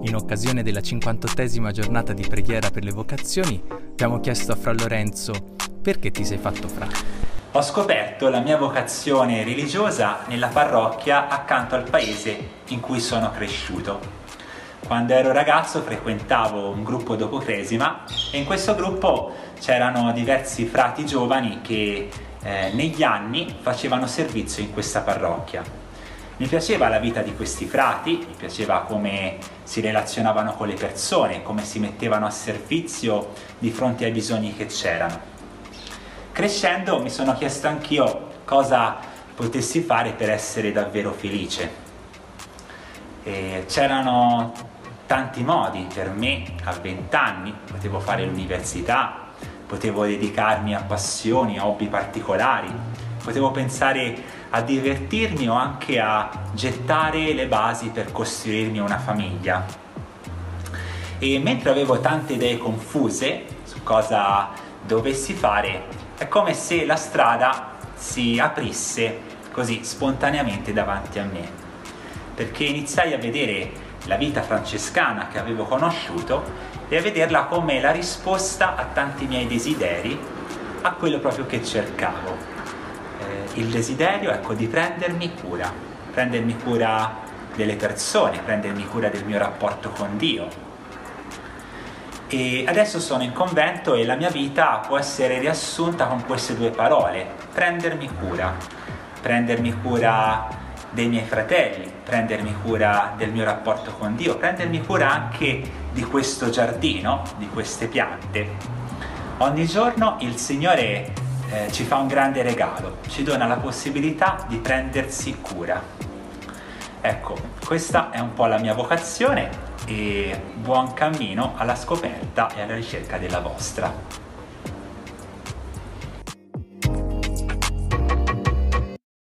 In occasione della 58esima giornata di preghiera per le vocazioni, abbiamo chiesto a Fra Lorenzo perché ti sei fatto frate. Ho scoperto la mia vocazione religiosa nella parrocchia accanto al paese in cui sono cresciuto. Quando ero ragazzo frequentavo un gruppo dopo cresima e in questo gruppo c'erano diversi frati giovani che negli anni facevano servizio in questa parrocchia. Mi piaceva la vita di questi frati, mi piaceva come si relazionavano con le persone, come si mettevano a servizio di fronte ai bisogni che c'erano. Crescendo mi sono chiesto anch'io cosa potessi fare per essere davvero felice. C'erano tanti modi per me a 20 anni, potevo fare l'università, potevo dedicarmi a passioni, a hobby particolari, potevo pensare a divertirmi o anche a gettare le basi per costruirmi una famiglia. E mentre avevo tante idee confuse su cosa dovessi fare, è come se la strada si aprisse così spontaneamente davanti a me, perché iniziai a vedere la vita francescana che avevo conosciuto e a vederla come la risposta a tanti miei desideri, a quello proprio che cercavo. Il desiderio, ecco, di prendermi cura delle persone, prendermi cura del mio rapporto con Dio. E adesso sono in convento e la mia vita può essere riassunta con queste due parole: prendermi cura dei miei fratelli, prendermi cura del mio rapporto con Dio, prendermi cura anche di questo giardino, di queste piante. Ogni giorno il Signore ci fa un grande regalo, ci dona la possibilità di prendersi cura. Ecco, questa è un po' la mia vocazione e buon cammino alla scoperta e alla ricerca della vostra.